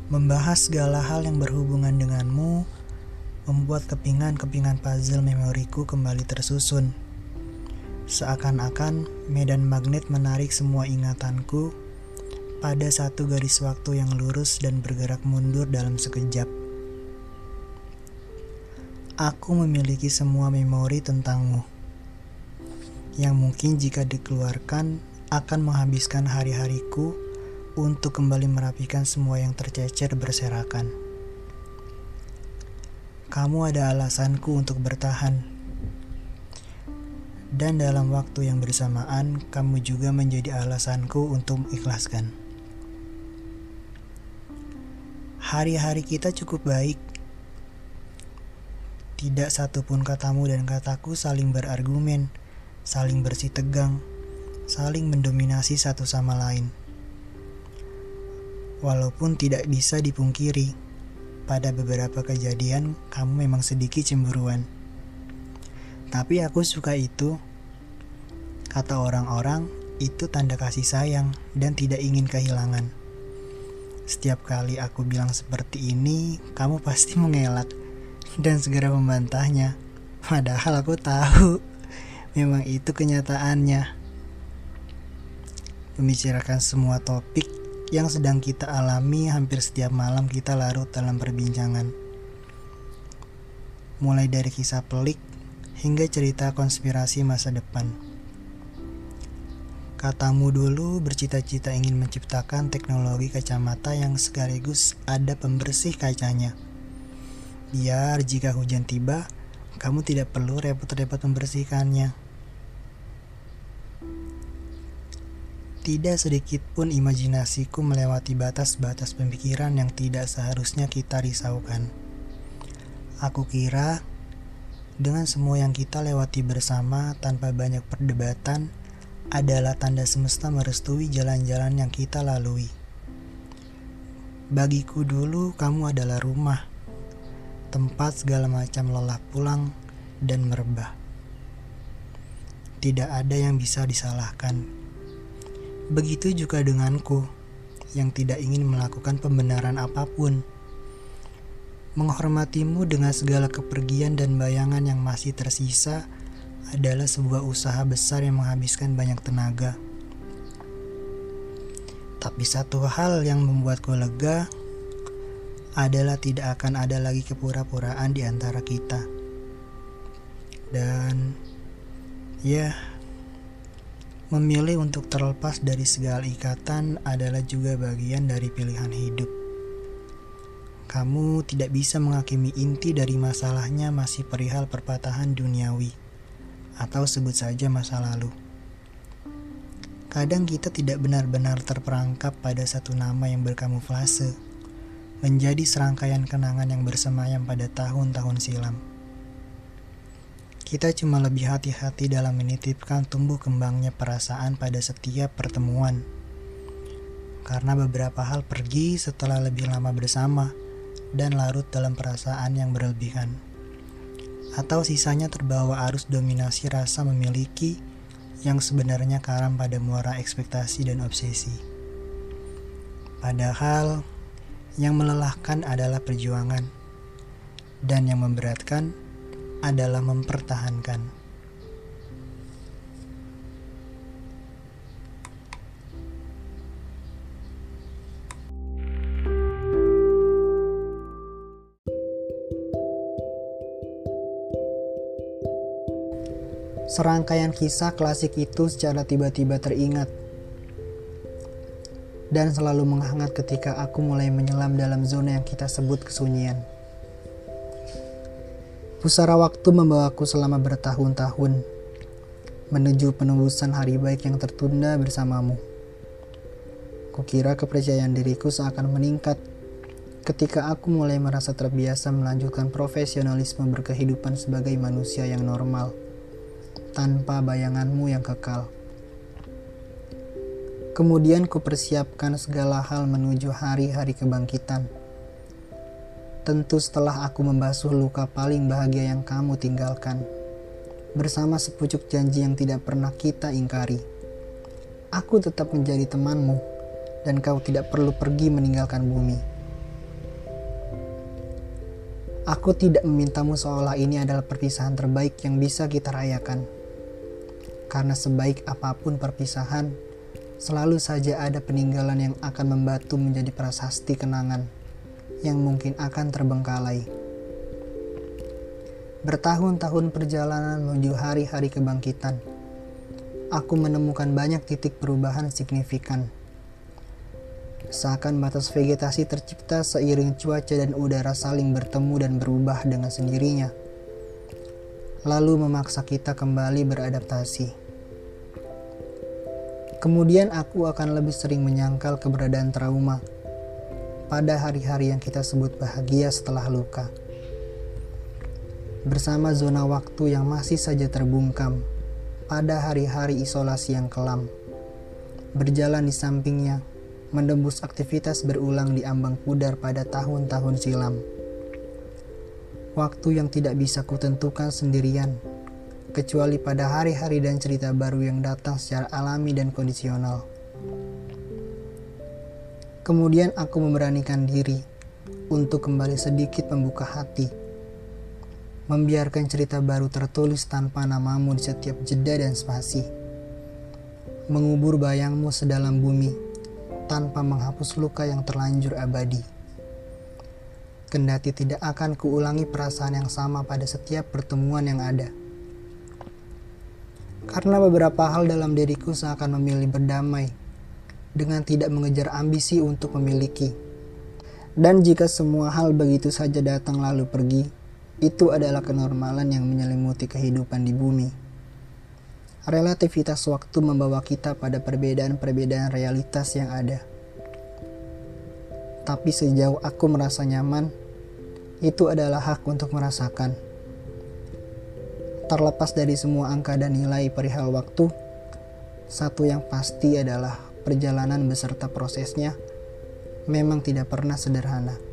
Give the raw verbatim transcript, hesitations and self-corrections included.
Membahas segala hal yang berhubungan denganmu membuat kepingan-kepingan puzzle memoriku kembali tersusun. Seakan-akan medan magnet menarik semua ingatanku pada satu garis waktu yang lurus dan bergerak mundur dalam sekejap. Aku memiliki semua memori tentangmu, yang mungkin jika dikeluarkan akan menghabiskan hari-hariku untuk kembali merapikan semua yang tercecer berserakan. Kamu ada alasanku untuk bertahan. Dan dalam waktu yang bersamaan, kamu juga menjadi alasanku untuk mengikhlaskan. Hari-hari kita cukup baik. Tidak satupun katamu dan kataku saling berargumen, saling bersih tegang, saling mendominasi satu sama lain. Walaupun tidak bisa dipungkiri, pada beberapa kejadian kamu memang sedikit cemburuan. Tapi aku suka itu. Kata orang-orang, itu tanda kasih sayang dan tidak ingin kehilangan. Setiap kali aku bilang seperti ini, kamu pasti mengelak dan segera membantahnya. Padahal aku tahu, memang itu kenyataannya. Membicarakan semua topik yang sedang kita alami, hampir setiap malam kita larut dalam perbincangan. Mulai dari kisah pelik hingga cerita konspirasi masa depan. Katamu dulu bercita-cita ingin menciptakan teknologi kacamata yang sekaligus ada pembersih kacanya. Biar jika hujan tiba, kamu tidak perlu repot-repot membersihkannya. Tidak sedikit pun imajinasiku melewati batas-batas pemikiran yang tidak seharusnya kita risaukan. Aku kira dengan semua yang kita lewati bersama tanpa banyak perdebatan adalah tanda semesta merestui jalan-jalan yang kita lalui. Bagiku dulu kamu adalah rumah, tempat segala macam lelah pulang dan merebah. Tidak ada yang bisa disalahkan. Begitu juga denganku, yang tidak ingin melakukan pembenaran apapun. Menghormatimu dengan segala kepergian dan bayangan yang masih tersisa adalah sebuah usaha besar yang menghabiskan banyak tenaga. Tapi satu hal yang membuatku lega adalah tidak akan ada lagi kepura-puraan di antara kita. Dan ya, memilih untuk terlepas dari segala ikatan adalah juga bagian dari pilihan hidup. Kamu tidak bisa menghakimi inti dari masalahnya masih perihal perpatahan duniawi, atau sebut saja masa lalu. Kadang kita tidak benar-benar terperangkap pada satu nama yang berkamuflase, menjadi serangkaian kenangan yang bersemayam pada tahun-tahun silam. Kita cuma lebih hati-hati dalam menitipkan tumbuh kembangnya perasaan pada setiap pertemuan. Karena beberapa hal pergi setelah lebih lama bersama dan larut dalam perasaan yang berlebihan. Atau sisanya terbawa arus dominasi rasa memiliki yang sebenarnya karam pada muara ekspektasi dan obsesi. Padahal yang melelahkan adalah perjuangan dan yang memberatkan adalah mempertahankan. Serangkaian kisah klasik itu secara tiba-tiba teringat dan selalu menghangat ketika aku mulai menyelam dalam zona yang kita sebut kesunyian. Pusara waktu membawaku selama bertahun-tahun menuju penembusan hari baik yang tertunda bersamamu. Kukira kepercayaan diriku seakan meningkat ketika aku mulai merasa terbiasa melanjutkan profesionalisme berkehidupan sebagai manusia yang normal, tanpa bayanganmu yang kekal. Kemudian kupersiapkan segala hal menuju hari-hari kebangkitan. Tentu setelah aku membasuh luka paling bahagia yang kamu tinggalkan, bersama sepucuk janji yang tidak pernah kita ingkari. Aku tetap menjadi temanmu, dan kau tidak perlu pergi meninggalkan bumi. Aku tidak memintamu seolah ini adalah perpisahan terbaik yang bisa kita rayakan. Karena sebaik apapun perpisahan, selalu saja ada peninggalan yang akan membatu menjadi prasasti kenangan yang mungkin akan terbengkalai. Bertahun-tahun perjalanan menuju hari-hari kebangkitan, aku menemukan banyak titik perubahan signifikan. Seakan batas vegetasi tercipta seiring cuaca dan udara saling bertemu dan berubah dengan sendirinya, lalu memaksa kita kembali beradaptasi. Kemudian aku akan lebih sering menyangkal keberadaan trauma pada hari-hari yang kita sebut bahagia setelah luka. Bersama zona waktu yang masih saja terbungkam pada hari-hari isolasi yang kelam, berjalan di sampingnya, menembus aktivitas berulang di ambang pudar pada tahun-tahun silam. Waktu yang tidak bisa kutentukan sendirian, kecuali pada hari-hari dan cerita baru yang datang secara alami dan kondisional. Kemudian aku memberanikan diri untuk kembali sedikit membuka hati, membiarkan cerita baru tertulis tanpa namamu di setiap jeda dan spasi, mengubur bayangmu sedalam bumi, tanpa menghapus luka yang terlanjur abadi. Kendati tidak akan kuulangi perasaan yang sama pada setiap pertemuan yang ada. Karena beberapa hal dalam diriku seakan memilih berdamai dengan tidak mengejar ambisi untuk memiliki. Dan jika semua hal begitu saja datang lalu pergi, itu adalah kenormalan yang menyelimuti kehidupan di bumi. Relativitas waktu membawa kita pada perbedaan-perbedaan realitas yang ada. Tapi sejauh aku merasa nyaman, itu adalah hak untuk merasakan. Terlepas dari semua angka dan nilai perihal waktu, satu yang pasti adalah perjalanan beserta prosesnya memang tidak pernah sederhana.